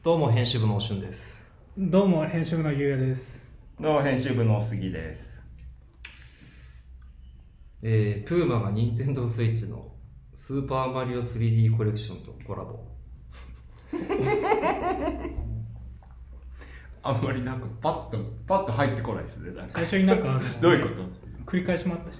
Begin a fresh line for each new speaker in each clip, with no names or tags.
どうも編集部のおしゅんです。
どうも編集部のゆうやです。
どうも編集部の杉です。
プーマが任天堂スイッチのスーパーマリオ 3D コレクションとコラボ。
あんまりなんかパッと入ってこないですね。なんか
最初になんか
どういうこと？
繰り返しもあったし、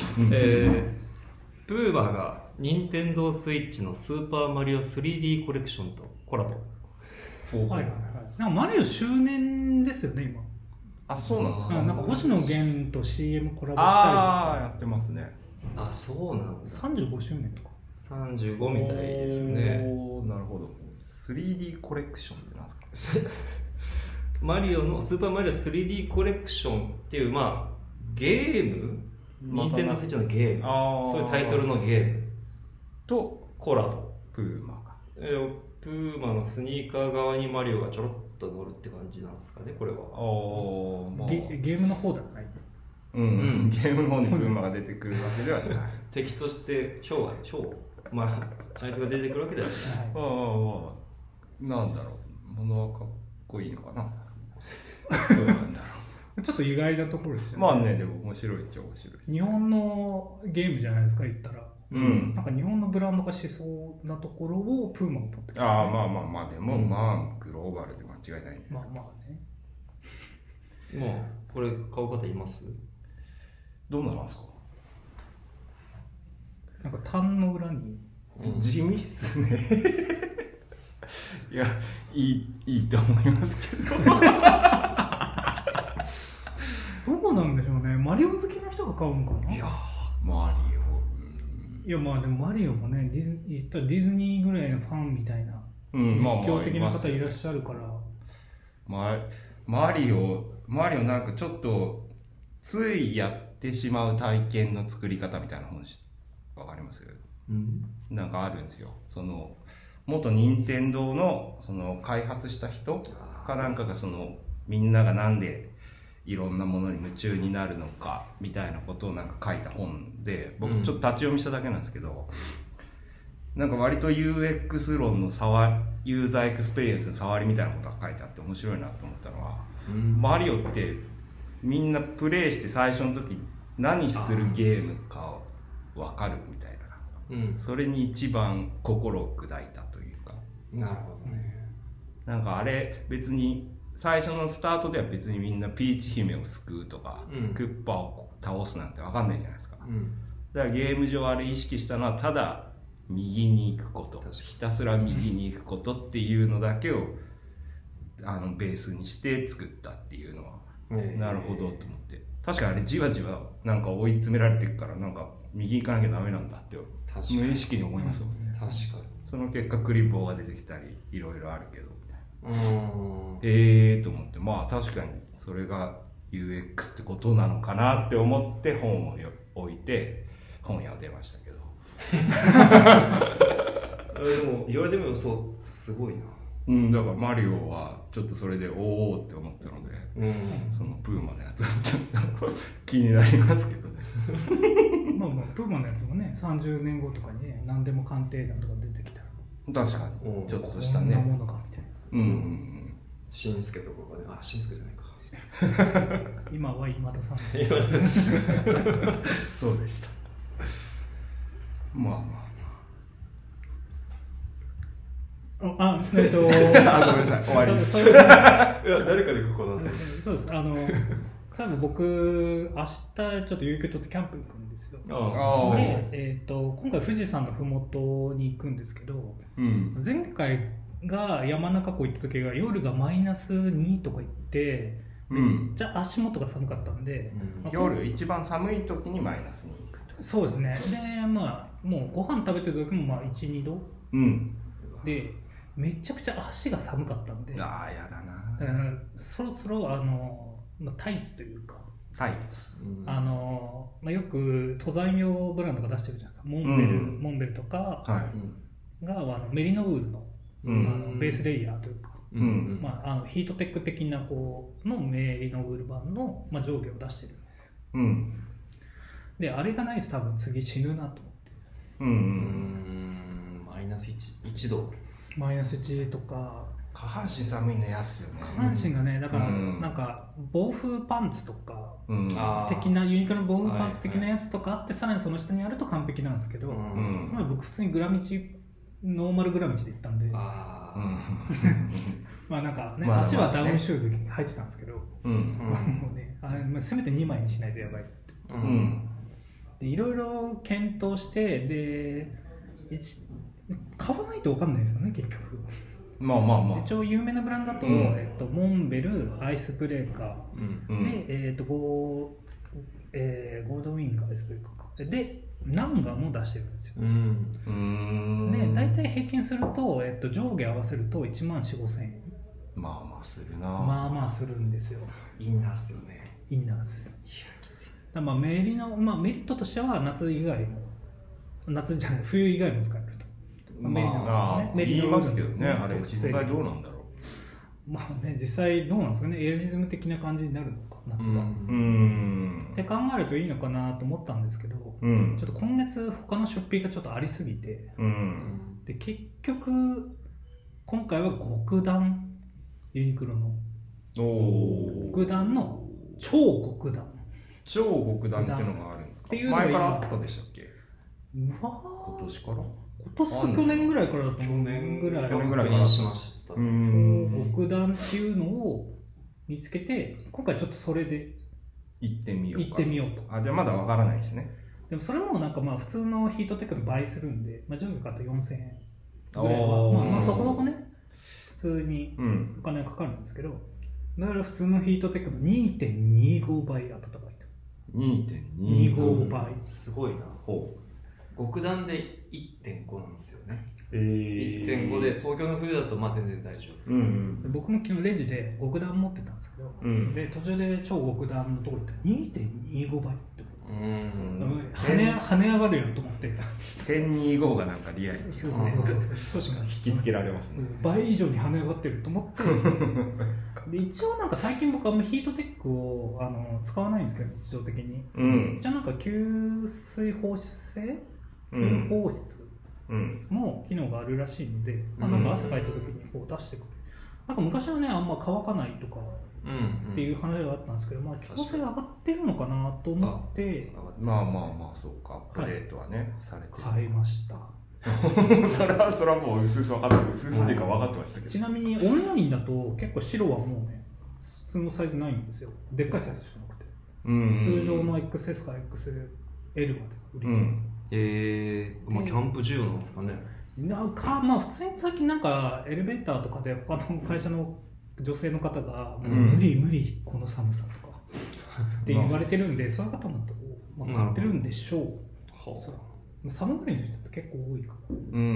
プーマが任天堂スイッチのスーパーマリオ 3D コレクションとコラボ。
はいはいはい。なんかマリオ周年ですよね今。
あ、そうなんですか。
なんか星野源と CM コラボしたりと
ああ、
か。
やってますね。
あ、そうなんだ。
35周年とか。
35みたいですね。
おー、なるほど。3D コレクションってなんですか？
マリオのスーパーマリオ 3D コレクションっていう、まあ、ゲーム、任天堂スイッチのゲーム、そういうタイトルのゲーム
と
コラボ。
プーマが。
プーマのスニーカー側にマリオがちょろっと乗るって感じなんですかね、これは。
まあ、
ゲームの方ではない。
ゲームの方にプーマが出てくるわけではない。
敵としてヒョウ、まあ、あいつが出てくるわけではない。
なんだろう、物はかっこいいのかな。どうなんだろ
ちょっと意外なところですよ
う。
ね。
まあね、でも面白いっちゃ面白いです。
日本のゲームじゃないですか言ったら。
なん
か日本のブランド化しそうなところをプーマが取ってくる、
まあでも、グローバルで間違いないんです。
まあね。
もうこれ買う方います？
どうなんですか？
なんか単の裏に、
地味っすね。いや、いいと思いますけど。
どうなんでしょうね。マリオ好きな人が買うのかな。
いやマリオ、
いやまあでもマリオもね、言ったらディズニーぐらいのファンみたいな熱狂的な方いらっしゃるから、
マリオなんかちょっとついやってしまう体験の作り方みたいな本わかります？なんかあるんですよ。その元任天堂のその開発した人かなんかがそのみんながなんでいろんなものに夢中になるのかみたいなことをなんか書いた本で、僕ちょっと立ち読みしただけなんですけど、なんか割と UX 論のユーザーエクスペリエンスの触りみたいなことが書いてあって面白いなと思ったのは、マリオってみんなプレイして最初の時何するゲームか分かるみたいな、それに一番心を砕いたというか。
なるほどね。
なんかあれ別に最初のスタートでは別にみんなピーチ姫を救うとか、クッパを倒すなんて分かんないじゃないですか、だからゲーム上あれ意識したのはただ右に行くこと、ひたすら右に行くことっていうのだけをベースにして作ったっていうのは、なるほどと思って、確かにあれじわじわなんか追い詰められていくからなんか右行かなきゃダメなんだって無意識に思いますもんね。
確かに。
その結果クリボーが出てきたりいろいろあるけどと思って、まあ確かにそれが UX ってことなのかなって思って本を置いて本屋を出ましたけど。
でも言われてみればそうすごいな。
だからマリオはちょっとそれでおおって思ったので、そのプーマのやつはちょっと気になりますけどね。
まあプーマのやつもね、30年後とかにね、何でも鑑定団とか出てきたら
確かにちょっとしたね、
こんなものかみたいな。
しんすけとかがね、しんすけじゃないか。
今は今田さん。
そうでした。まあ
ごめんなさい、
終わりです。
いや、誰かでここなんで。
そうです。最後僕明日ちょっと有給取ってキャンプ行くんですよ。で、今回富士山のふもとに行くんですけど、前回が山中湖行った時が夜がマイナス2とか行ってめっちゃ足元が寒かったんで、
夜一番寒い時にマイナスに行くと。
そうですね。でまあもうご飯食べてる時もまあ 1,2 度、でめちゃくちゃ足が寒かったんで、
やだな。
そろそろタイツというか、
タイツ、
よく登山用ブランドが出してるじゃないですか。モンベルとかが、メリノウールの、ベースレイヤーというか、ヒートテック的なこうのメリノウール版の、上下を出してるんですよ。であれがないと多分次死ぬなと思って。
マイナス1度
マイナス1とか
下半身寒いの嫌っすよね。
下半身がね、だからなんか防風パンツとか的な、ユニクロの防風パンツ的なやつとかあって、さらにその下にあると完璧なんですけど、僕普通にグラ道、ノーマルグラ道で行ったんで、まあなんかね、足はダウンシューズ履いてたんですけど、もうね、せめて2枚にしないとやばいって。いろいろ検討して、で買わないと分かんないですよね、結局。一応有名なブランドだと、モンベル、アイスブレーカー、で、ゴールドウィンがアイスブレーカーか。で、ナンガも出してるんですよ。で、大体平均すると、上下合わせると1万4、5千円。
まあまあするな。
まあまあするんですよ。
インナーっすよね。
インナーです。まあメリットとしては夏以外も、夏じゃない、冬以外も使えると。
言いますけどね、あれ実際どうなんだろ
う。まあね、実際どうなんですかね、エアリズム的な感じになるのか、夏が。って考えるといいのかなと思ったんですけど、ちょっと今月他の出費がちょっとありすぎて、で結局今回は極暖、ユニクロの極暖の超極暖
っていうのがあるんですか。前からあったでしたっけ。今年から
今年か去年ぐらいからだと思う。去年ぐらい
からしました。
極暖っていうのを見つけて、今回ちょっとそれで
行ってみよう
と。
じゃあまだわからないですね。
でもそれもなんかまあ普通のヒートテックの倍するんで、上下買ったら4000円ぐらいは、まあそこそこね、普通にお金がかかるんですけど、だから普通のヒートテックの 2.25 倍暖かいと。
2.25
倍。
すごいな。極暖で 1.5 なんですよね。1.5 で東京の冬だとまあ全然大丈夫。
僕も昨日レジで極暖持ってたんですけど、で途中で超極暖のとこ行ったら 2.25 倍って跳ね上がるよと思って
1.25 がなんかリアリティ引きつけられますね。
倍以上に跳ね上がってると思ってで一応なんか最近僕はヒートテックを使わないんですけど、日常的に、一応なんか吸水放出性放出も機能があるらしいので、なんか汗かいた時にこう出してくる。なんか昔はね、あんま乾かないとかっていう話があったんですけど、まあ気候性が上がってるのかなと思って、
まあそうか、アップデートはね、されてる。
買いました。
それはもう薄々分かってる、薄々っていうか分かってましたけど。
ちなみにオンラインだと結構白はもうね、普通のサイズないんですよ。でっかいサイズしかなくて、通常の XS か XL まで売り
切れ。まあキャンプ需要なんですかね。
なんかまあ普通に最近なんかエレベーターとかで他の会社の女性の方が無理この寒さとかって言われてるんで、そういう方も買ってるんでしょう。寒がりの人って結構多いから。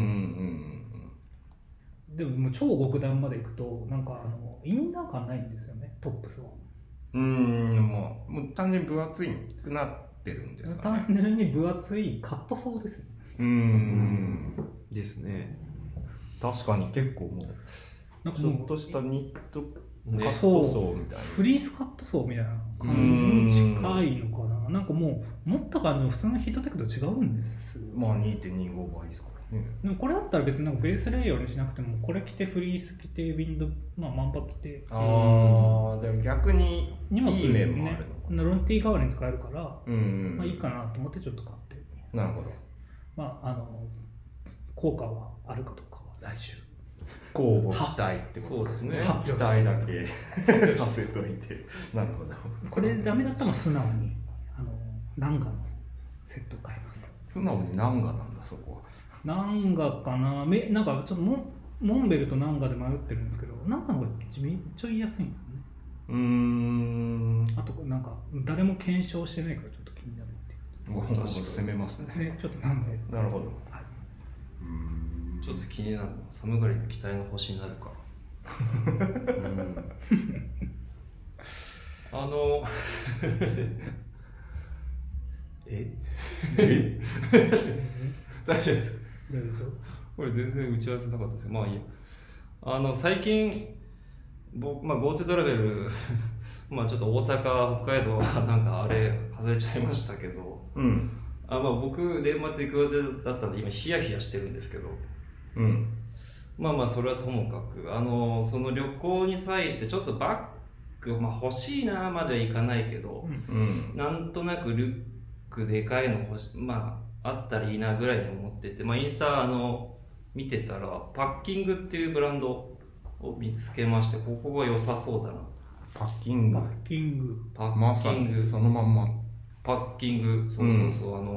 でももう超極暖まで行くとなんかインナー感ないんですよね、トップスは。
もう単純に分厚くなってるんですかね。
単純に分厚いカットソーですね。
ですね。
確かに結構もうちょっとしたニットカットソーみたいな、
フリースカットソーみたいな感じに近いのかな。なんかもう持った感じの普通のヒートテックと違うんですよ。
まあ 2.25 倍ですからね。
でもこれだったら別になんかベースレイヤーにしなくても、これ着てフリース着てウィンドマンパ着て、
でも逆にいい面もあるのかな。
ロンティー代わりに使えるから、まあいいかなと思ってちょっと買って。
なるほど。
まあ効果はあるかどうかは来週
交互期待ってことですね。期待だけさせといて。なるほど。
これダメだったら素直にナンガのセット買います。
素直にナンガなんだ、そこは。
ナンガかな。なんかちょっとモンベルとナンガで迷ってるんですけど、ナンガの方がちょい言いやすいんですよね。あとなんか誰も検証してないからちょっと気になるっていう。
もう攻めますね。
ちょっとナンガ
なるほど。
ちょっと気になるのは寒がりの期待の星になるか。大丈夫ですか？
大丈夫ですよ。
これ全然打ち合わせなかったです。まあいいや。最近僕GoTo トラベルちょっと大阪北海道はなんかあれ外れちゃいましたけど、僕年末行く予定だったんで今ヒヤヒヤしてるんですけど、 まあまあそれはともかくその旅行に際してちょっとバッグ、まあ、欲しいなまではいかないけど、なんとなくリュックでかいの欲しまああったらいいなぐらいに思ってて、まあ、インスタ見てたらパッキングっていうブランドを見つけまして、ここが良さそうだな。
パッキング
まさに
そのまんま
パッキング、そうそうそう、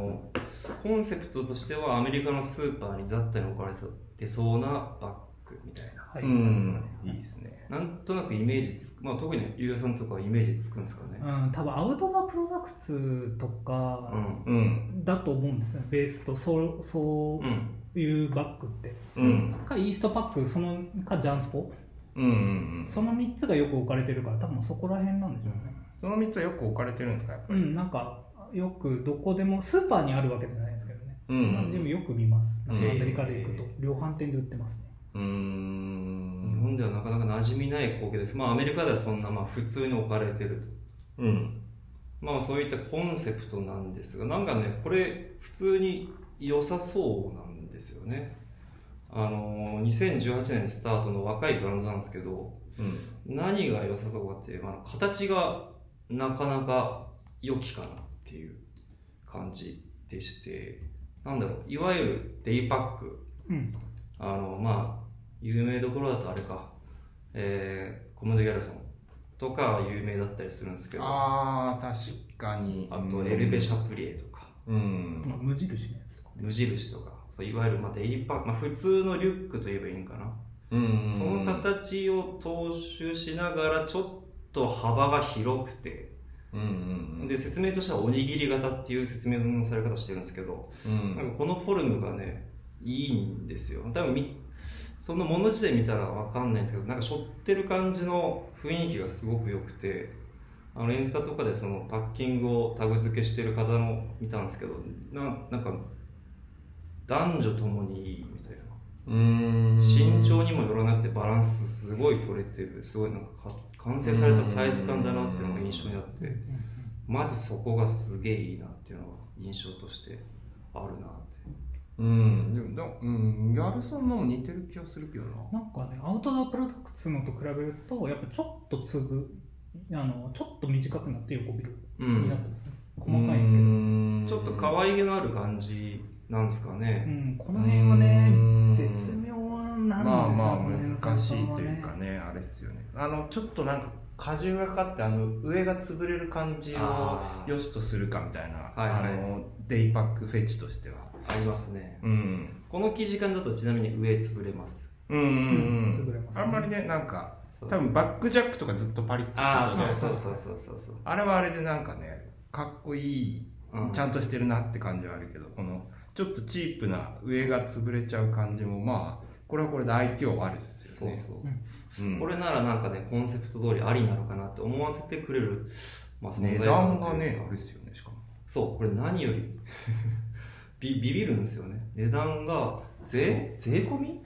コンセプトとしてはアメリカのスーパーに雑多に置かれてそうなバッグみたいな、
はい、いいですね。
なんとなくイメージつく、まあ、特にゆうやさんとかはイメージつくんですかね。
多分アウトドアプロダクツとかだと思うんですね、ベースとそういうバッグって、かイーストパックかジャンスポ、その3つがよく置かれてるから多分そこら辺なんでしょうね。
その3つはよく置かれてるんですかやっぱり。
なんかよくどこでもスーパーにあるわけじゃないですけどね、でもよく見ます。なんかアメリカで行くと量販店で売ってますね。
日本ではなかなか馴染みない光景です。まあアメリカではそんなまあ普通に置かれてると、まあそういったコンセプトなんですが、なんかねこれ普通に良さそうなんですよね。2018年スタートの若いブランドなんですけど、何が良さそうかっていう、形がなかなか良きかなっていう感じでして、なんだろう、いわゆるデイパック、まあ有名どころだとあれか、コムド・ギャルソンとか有名だったりするんですけど、
確かに。
あとエルベ・シャプリエとか、
無印のやつとか、
無印とか、いわゆるデイパック、普通のリュックと言えばいいんかな、その形を踏襲しながらちょっと幅が広くて、で説明としてはおにぎり型っていう説明のされ方してるんですけど、なんかこのフォルムがねいいんですよ。多分そのもの自体見たら分かんないんですけど、なんか背負ってる感じの雰囲気がすごく良くて、インスタとかでそのパッキングをタグ付けしてる方も見たんですけど、なんか男女ともにいいみたいな、身長にもよらなくてバランスすごい取れてる、すごいなんか完成されたサイズ感だなっていうのが印象にあって、まずそこがすげえいいなっていうのが印象としてあるなって。
でもギャルさんのも似てる気がするけどな。
なんかね、アウトドアプロダクツのと比べるとやっぱちょっとちょっと短くなって横ビルになってますね。細かいんですけど、
ちょっと可愛げのある感じなんですかね。
この辺はね絶妙なんですよ。
難しいというかね、あれですよね。ちょっとなんか荷重がかかって上が潰れる感じを良しとするかみたいな、デイパックフェチとしては
ありますね。この生地感だとちなみに上潰れます。
あんまりね、なんか多分バックジャックとかずっとパリッとして
そうそう、
あれはあれでなんかねかっこいい、ちゃんとしてるなって感じはあるけど、このちょっとチープな上が潰れちゃう感じもまあこれはこれで愛嬌あるですよね。
これならなんかねコンセプト通りありなのかなって思わせてくれる、
値段がねあれですよね。しかも
そう、これ何よりビビるんですよね。値段が税込み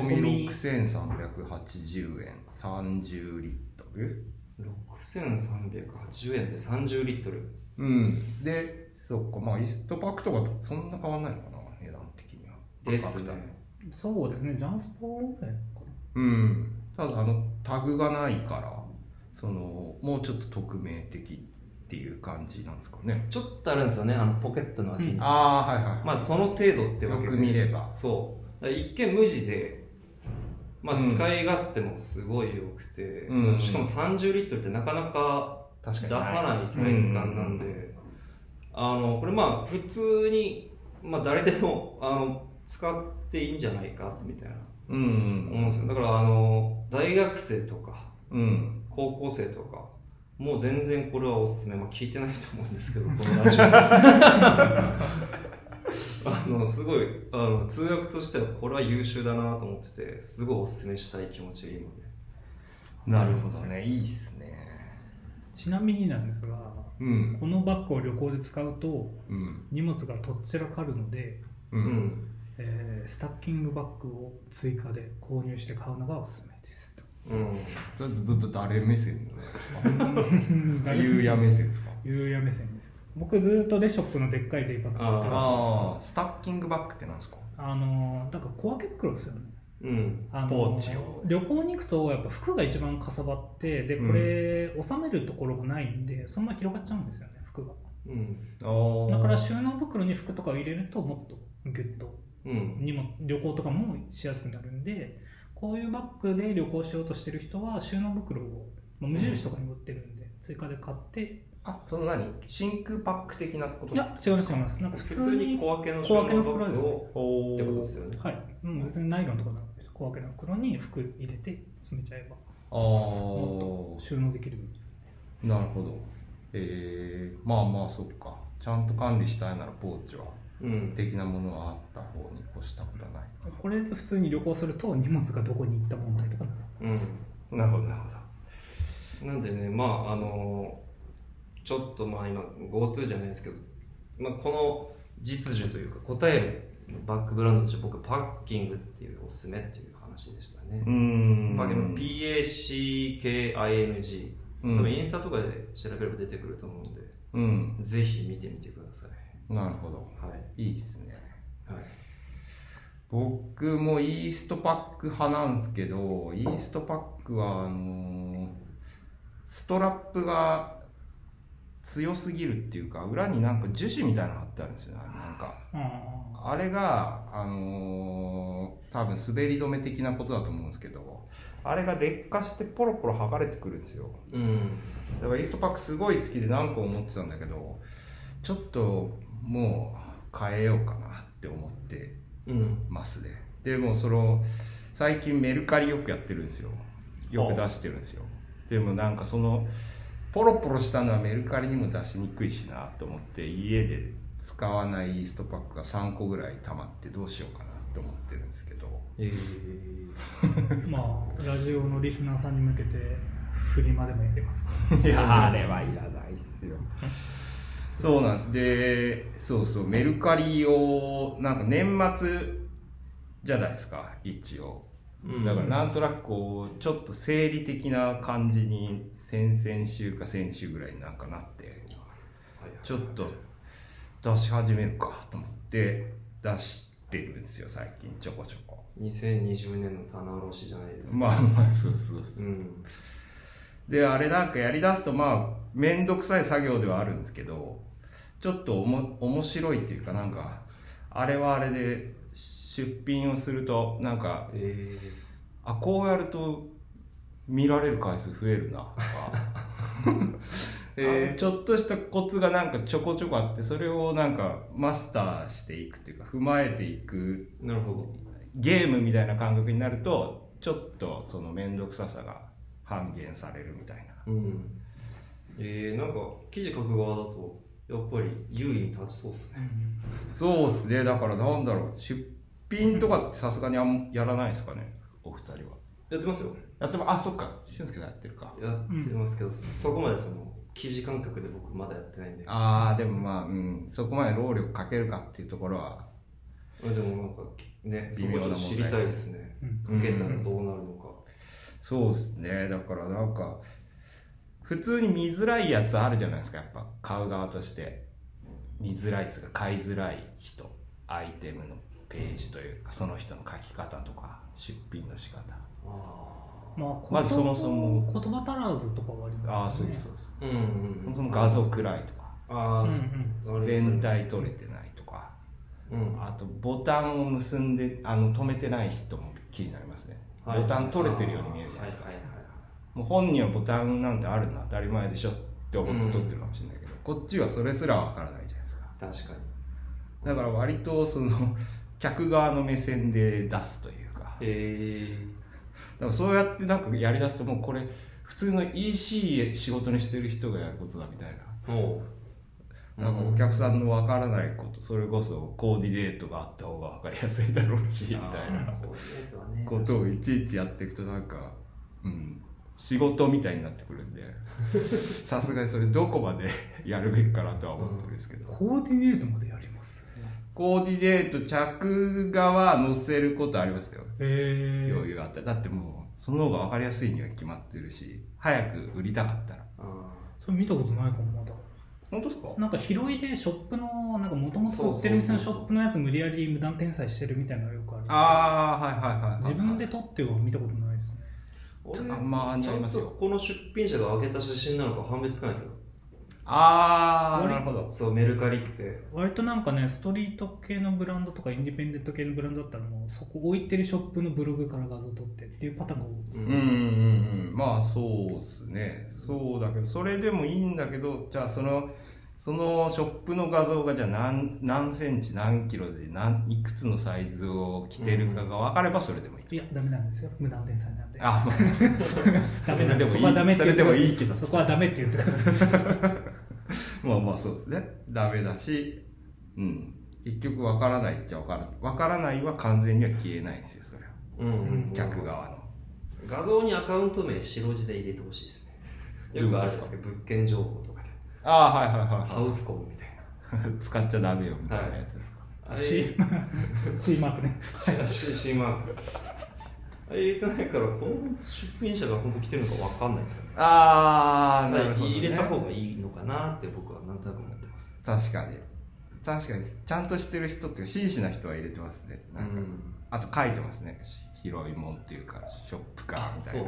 6380円30リットル
6380円で30リットル。
で、そっか、イーストパックとかそんな変わんないのかな、値段的には。
ですね。
そうですね、ジャンスポーかな。
ただタグがないからもうちょっと匿名的っていう感じなんですかね。
ちょっとあるんですよね、ポケットの脇に。その程度ってわけで、
よく見れば
そう一見無地で、使い勝手もすごい良くて、しかも30リットルってなかなか出さないサイズ感なんで、これ普通に、誰でも使っていいんじゃないかみたいな思うんですよ。だから大学生とか、高校生とかもう全然これはおすすめ。聞いてないと思うんですけど、このラジオすごい通学としてはこれは優秀だなと思ってて、すごいおすすめしたい気持ちがいいので。
なるほどね、いいっすね。
ちなみになんですが、このバッグを旅行で使うと、荷物がとっちらかるので、スタッキングバッグを追加で購入して買うのがおすすめです。
それ誰目線ですか？ゆうや目線ですか？
ゆうや目線です。僕ずっとレショップのでっかいデイパック使ってるんですけど、
スタッキングバッグってなんですか？
だから小分け袋ですよね。
ポーチを
旅行に行くとやっぱ服が一番かさばって、でこれ収めるところがないんでそのまま広がっちゃうんですよね、服が。だから収納袋に服とかを入れるともっとギュッと旅行とかもしやすくなるんで、こういうバッグで旅行しようとしてる人は収納袋を無印とかに売ってるんで追加で買って。
その真空パック的なこと
いや、違います。なんか
普通に小分けの
収納袋ですね。
ってことですよね。
はい。別にナイロンとかなんです。小分けの袋に服入れて詰めちゃえばもっと収納できる。
なるほど。まあそっか。ちゃんと管理したいならポーチは、的なものはあった方に越したことはない。
これで普通に旅行すると荷物がどこに行った問題とかなります。
なるほど。
なんでね、ちょっと今 GoTo じゃないですけど、この実需というか答えるバッグブランドとして僕パッキングっていうおすすめっていう話でしたね。パッキング PACKING、多分インスタとかで調べれば出てくると思うんで、ぜひ見てみてください。
なるほど。いいですね。
はい。
僕もイーストパック派なんですけど、イーストパックはストラップが強すぎるっていうか、裏になんか樹脂みたいなの貼ってあるんですよね。あれが多分滑り止め的なことだと思うんですけど、あれが劣化してポロポロ剥がれてくるんですよ。だからイーストパックすごい好きで何個も持ってたんだけど、ちょっともう変えようかなって思ってますね。でも最近メルカリよくやってるんですよ。よく出してるんですよ。でもなんかポロポロしたのはメルカリにも出しにくいしなと思って、家で使わないイーストパックが3個ぐらい溜まってどうしようかなと思ってるんですけど、
ラジオのリスナーさんに向けてフリマでもやりますか？
いや、あれはいらないっすよ。そうなんです。で、メルカリをなんか年末じゃないですか、一応。だからなんとなくちょっと生理的な感じに先々週か先週ぐらいになんかなって、ちょっと出し始めるかと思って出してるんですよ、最近ちょこちょこ。
2020年の棚卸しじゃないですか。
そう。で、あれなんかやりだすとめんどくさい作業ではあるんですけど、ちょっと面白いっていうか、なんかあれはあれで出品をするとなんか、こうやると見られる回数増えるなとかちょっとしたコツがなんかちょこちょこあって、それをなんかマスターしていくっていうか踏まえていく。
なるほど。
ゲームみたいな感覚になるとちょっと面倒くささが半減されるみたいな。
なんか記事書く側だとやっぱり優位に立ちそうですね。
そうですね。だからなんだろう、出品とかってさすがにやらないですかね、お二人は。
やってますよ。
そっか、俊介さんやってるか。
やってますけど、そこまで記事感覚で僕まだやってないんで。
でもそこまで労力かけるかっていうところは。
でもなんかね、
微妙な問題
知りたいですね。かけたらどうなるのか。
そうですね。だからなんか普通に見づらいやつあるじゃないですか、やっぱ買う側として見づらいやつが買いづらい人、アイテムのページというかその人の書き方とか出品の仕方。
まずそもそも言葉足らずとかはありますね。
そうです。そも画像暗いとか、全体取れてないとか、あとボタンを結んで止めてない人も気になりますね。ボタン取れてるように見えるじゃないですか。もう本人はボタンなんてあるの当たり前でしょって思って取ってるかもしれないけど、こっちはそれすらわからないじゃないですか。
確かに。
だから割と客側の目線で出すというか。だからそうやってなんかやりだすと、もうこれ普通の EC 仕事にしてる人がやることだみたいな。なんかお客さんの分からないこと、それこそコーディネートがあった方が分かりやすいだろうしみたいなことをいちいちやっていくとなんか、仕事みたいになってくるんでさすがにそれどこまでやるべきかなとは思ってるんですけど、
コーディネートまでやります。
コーディネート着画は載せることありますよ、余裕があったら。だってもうその方が分かりやすいには決まってるし、早く売りたかったら。
それ見たことないかも。まだ
本当ですか？
なんか拾いでショップのなんか元々売ってる店のショップのやつ無理やり無断転載してるみたいなのがよくある。
ああ、はいはいはい。
自分で撮っては見たことないですね。
あんまありますよ。
この出品者が上げた写真なのか判別つかないですよ。
ああ、なるほど。
そう、メルカリって
割となんかね、ストリート系のブランドとかインディペンデント系のブランドだったらもうそこ置いてるショップのブログから画像撮ってっていうパターンが多いです。
まあそうですね。そうだけど、それでもいいんだけど、じゃあそのショップの画像がじゃあ何センチ何キロでいくつのサイズを着てるかが分かればそれでもいい。
いや、ダメなんですよ。無断転載なんで。
あ、まあ、ダメなんで。それでもいいけど。
そこはダメって言ってください。
まあまあそうですね。ダメだし、結局分からないっちゃ分からないは完全には消えないんですよ、それは。客側の。
画像にアカウント名白字で入れてほしいですね。よくあるじゃないですか、物件情報とかで。
ああ、はいはいはい。
ハウスコムみたいな。
使っちゃダメよみたいなやつですか。
はい、C マークね。
C マーク。あれ入れてないから、この出品者が本当来てるのか分かんないですよね。
ああ、なるほど、ね。
入れた方がいいのかなって僕はなんとなく思ってます。
確かにちゃんとしてる人っていうか真摯な人は入れてますね。なんか、あと書いてますね。広いもんっていうかショップかみたいな。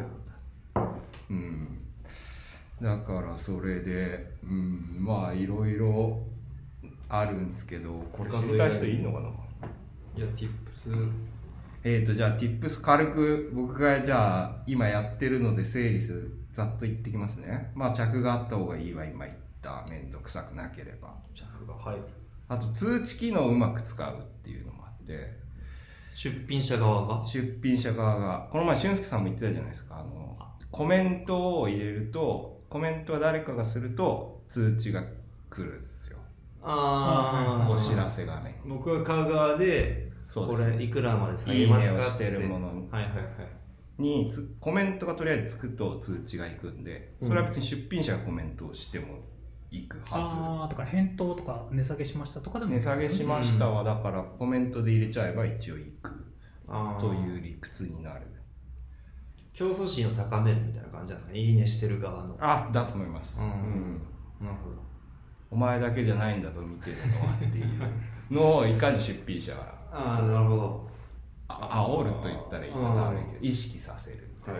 だからそれで、まあいろいろあるんですけど、これ知りたい人いるのかな？
いや、Tips。
じゃあ Tips 軽く僕がじゃあ今やってるので整理ざっと言ってきますね。まあ着があった方がいいわ、今言っためんどくさくなければ。
着が、はい。
あと通知機能をうまく使うっていうのもあって、
出品者側が
この前俊介さんも言ってたじゃないですか。コメントを入れると、コメントは誰かがすると通知が来るんですよ。お知らせがね。
僕が買う側で、これいくらまで下げますかって。いいねを
してるものに、コメントがとりあえずつくと通知がいくんで、それは別に出品者がコメントをしてもいくはず。
とか返答とか値下げしましたとかでも
値下げしましたはだからコメントで入れちゃえば一応いくという理屈になる。
競争心を高めるみたいな感じなんですかね。いいねしてる側の。
だと思います。なるほど。お前だけじゃないんだぞ見てるのはっていうのをいかに出品者は
なるほど。
煽ると言ったら言い方悪いけど意識させるみたいな。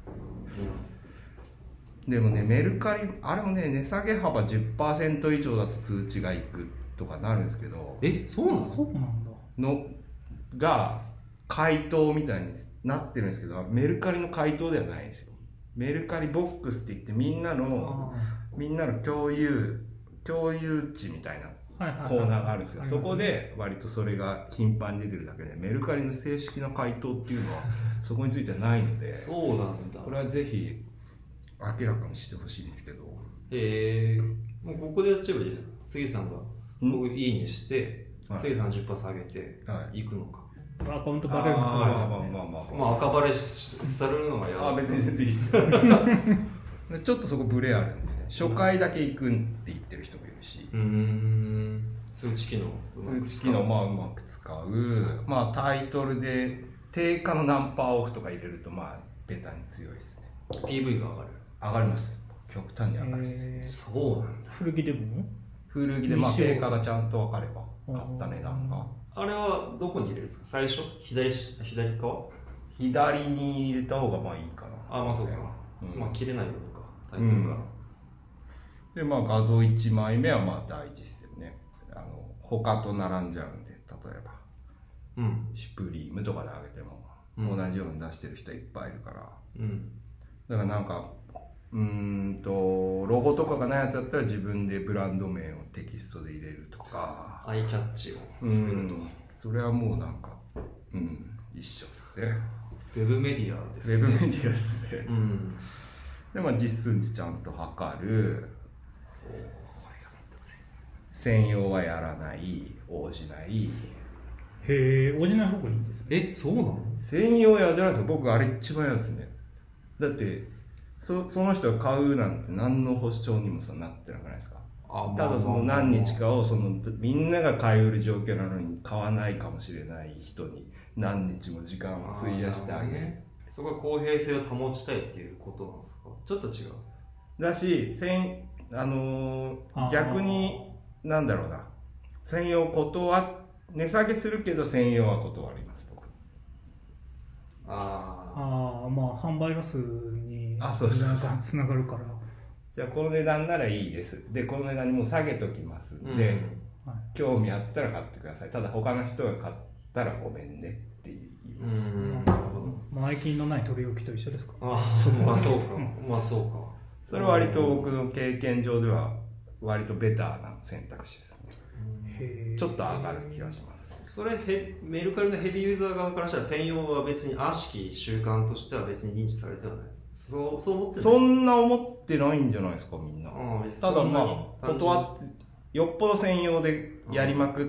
でもね、メルカリあれもね、値下げ幅 10% 以上だと通知がいくとかなるんですけど、
そうなんだ
のが回答みたいになってるんですけど、メルカリの回答ではないんですよ。メルカリボックスって言ってみんなの共有値みたいなコーナーがあるんですけど、そこで割とそれが頻繁に出てるだけで、メルカリの正式な回答っていうのはそこについてはないので、
そうなんだ。
これはぜひ明らかにしてほしいんですけど。
もうここでやっちゃえばいいじゃん。杉さんが僕いいねして、杉さん 10% 下げていくのか。
アカウントバレるのか。
まあ赤バレされるのが嫌だ。
別に全然いいですよ。ちょっとそこブレあるんですね。初回だけ行くって言ってる人もいるし。
通知機能
うまく使う。タイトルで定価の何パーオフとか入れるとベタに強いですね。
PV が
上がります。極端に上がるです。
そうなんだ。
古着でも
古着で定価がちゃんと分かれば買った値段が。
あれはどこに入れるんですか？最初左側？
左に入れた方がいいかな。
そうか。切れないようにか。タイトルから。
で画像1枚目は大事ですよね。他と並んじゃうんで、例えば、シュプリームとかであげても、同じように出してる人いっぱいいるから、だからなんかロゴとかがないやつだったら自分でブランド名をテキストで入れるとか、
アイキャッチを作ると、
それはもうなんか一緒ですね。
ウェブメディアです
ね。ウェブメディアですね。で実数値ちゃんと測る。専用はやらない、応じない。
応じない方がいいんですね。
そうなの？
専用やじゃないですよ。僕あれ一番嫌ですね。だってその人が買うなんて何の保証にもなってなくないですか？ただその何日かをみんなが買い売る状況なのに買わないかもしれない人に何日も時間を費やしてあげる。
そこは公平性を保ちたいっていうことなんですか？ちょっと違う。
だし逆になんだろうな、専用値下げするけど専用は断ります僕。
まあ販売ロスにつながるから、
じゃあこの値段ならいいです、でこの値段にもう下げときますんで、興味あったら買ってください、ただ他の人が買ったらごめんねって言います。
前金のない取り置きと一緒ですか。
まあそうか、まあそうか。
それは割と僕の経験上では割とベターな選択肢ですね。ちょっと上がる気がします。
それメルカリのヘビーユーザー側からしたら専用は別に悪しき習慣としては別に認知されてはない。そう思ってない。
そんな思ってないんじゃないですかみんな。ただまあ断ってよっぽど専用でやりまくって、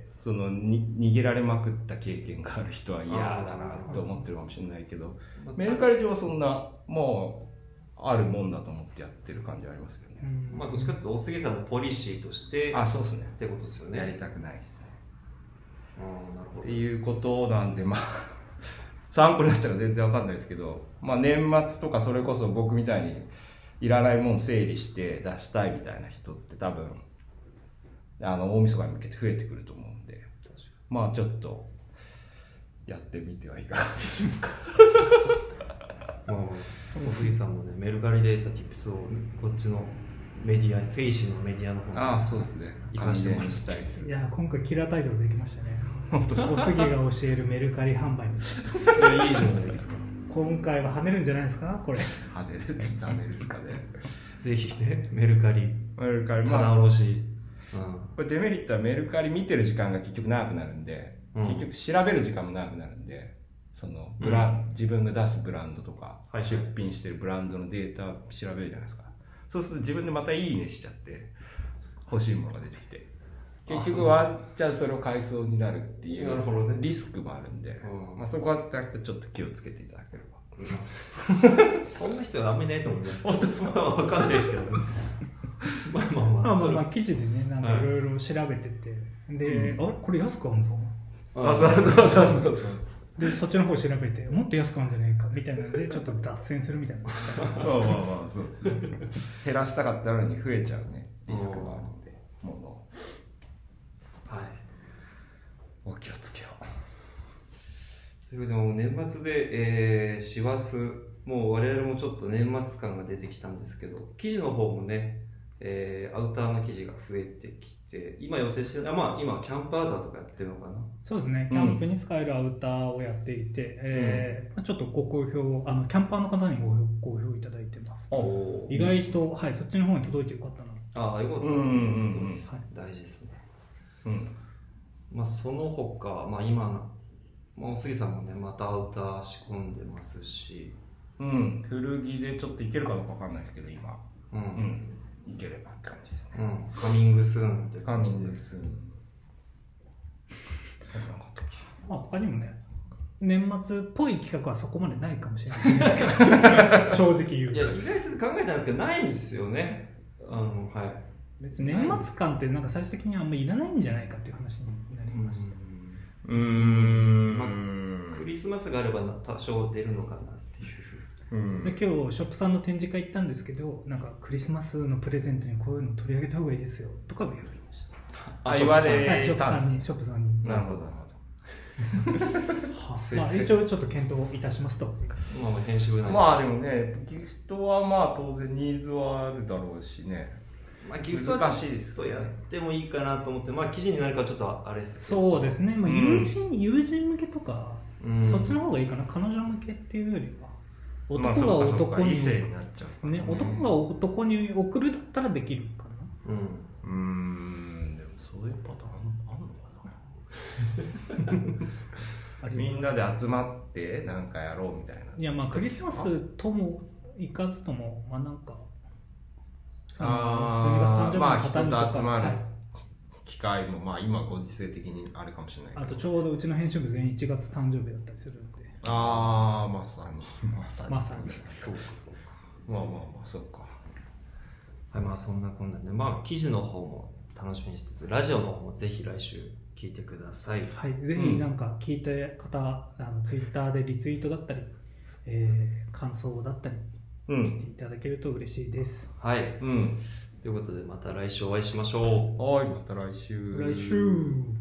逃げられまくった経験がある人は嫌だなと思ってるかもしれないけど、メルカリ上はそんなもうあるもんだと思ってやってる感じはありますけどね。
まあどっちかというと大杉さんのポリシーとして
そうですね
ってことですよね。
やりたくないですね。
なるほど。
っていうことなんで、まあ参考になったら全然わかんないですけど、まあ年末とかそれこそ僕みたいにいらないもん整理して出したいみたいな人って多分大晦日に向けて増えてくると思うんで、まあちょっとやってみてはいかがでしょうか。
小杉さんもね、メルカリで得た tips をこっちのメディア、フェイシーのメディアの方
にそうですね、
活かしてもらい
したいです。
いや今回キラータイトルできましたね。本当小杉が教えるメルカリ販売の
いいじゃないですか。
今回は跳ねるんじゃないですかこれ。
跳ねるですかね。
ぜひね、メルカリ棚卸し、
これデメリットはメルカリ見てる時間が結局長くなるんで、結局調べる時間も長くなるんで、自分が出すブランドとか、出品してるブランドのデータ調べるじゃないですか。そうすると自分でまたいいねしちゃって欲しいものが出てきて、結局ワンチャンそれを買いそうになるっていうリスクもあるんで、そこはちょっと気をつけていただけれ
ば。そんな人はあんまりないと思います。
本当ですか。
わかんないですけどね。
まあ記事でね、なんかいろいろ調べてて、で、これ安くあるぞ。
そう
でそっちの方調べてもっと安くあるんじゃないかみたいなのでちょっと脱線するみたいな。
まあそうですね。減らしたかったのに増えちゃうねリスクもあるんで、ものお気をつけよう。
ということでもう年末で師走、もう我々もちょっと年末感が出てきたんですけど、記事の方もね、アウターの記事が増えてきて、今予定してる今キャンプアウターとかやってるのかな。
そうですね、キャンプに使えるアウターをやっていて、ちょっとご好評、キャンパーの方にご好評いただいてます。意外と、そっちの方に届いてよかったな。
よかったですね。大事ですね。その他、今、大杉さんもね、またアウター仕込んでますし、
古着でちょっといけるかどうかわかんないですけど、今。いければって感じですね。
カミングスーンって
感じです。
他にもね、年末っぽい企画はそこまでないかもしれないですけど、正直言うと。
いや、意外と考えたんですけど、ないんですよね。
別に年末感ってなんか最終的にあんまりいらないんじゃないかっていう話になりました。
クリスマスがあれば多少出るのかなっていう。
今日ショップさんの展示会行ったんですけど、なんかクリスマスのプレゼントにこういうの取り上げた方がいいですよとか言われました。
言われ
ショップさんに。
なるほど。
一応ちょっと検討いたしますと。
編集
でもね、ギフトは当然ニーズはあるだろうしね。
ギフトはちょっとやってもいいかなと思って、記事になるかちょっとあれです
けど。そうですね、友人向けとか、そっちの方がいいかな。彼女向けっていうよりは男が男に、男が男に送るだったらできるかな。
でもそういうパターンあんのかな。みんなで集まってなんかやろうみたいな。
いやクリスマスとも行かずともなんか
人と集まる機会も今ご時世的にあるかもしれないけど、
あとちょうどうちの編集部全員1月誕生日だったりするんで。
まさに
そう
そうか。
そんなこんなで、記事の方も楽しみにしつつ、ラジオの方もぜひ来週聞いてください。
ぜひなんか聞いた方、ツイッターでリツイートだったり、感想だったり来ていただけると嬉しいです。
はい。ということでまた来週お会いしましょう。
はい、また来週。
来週。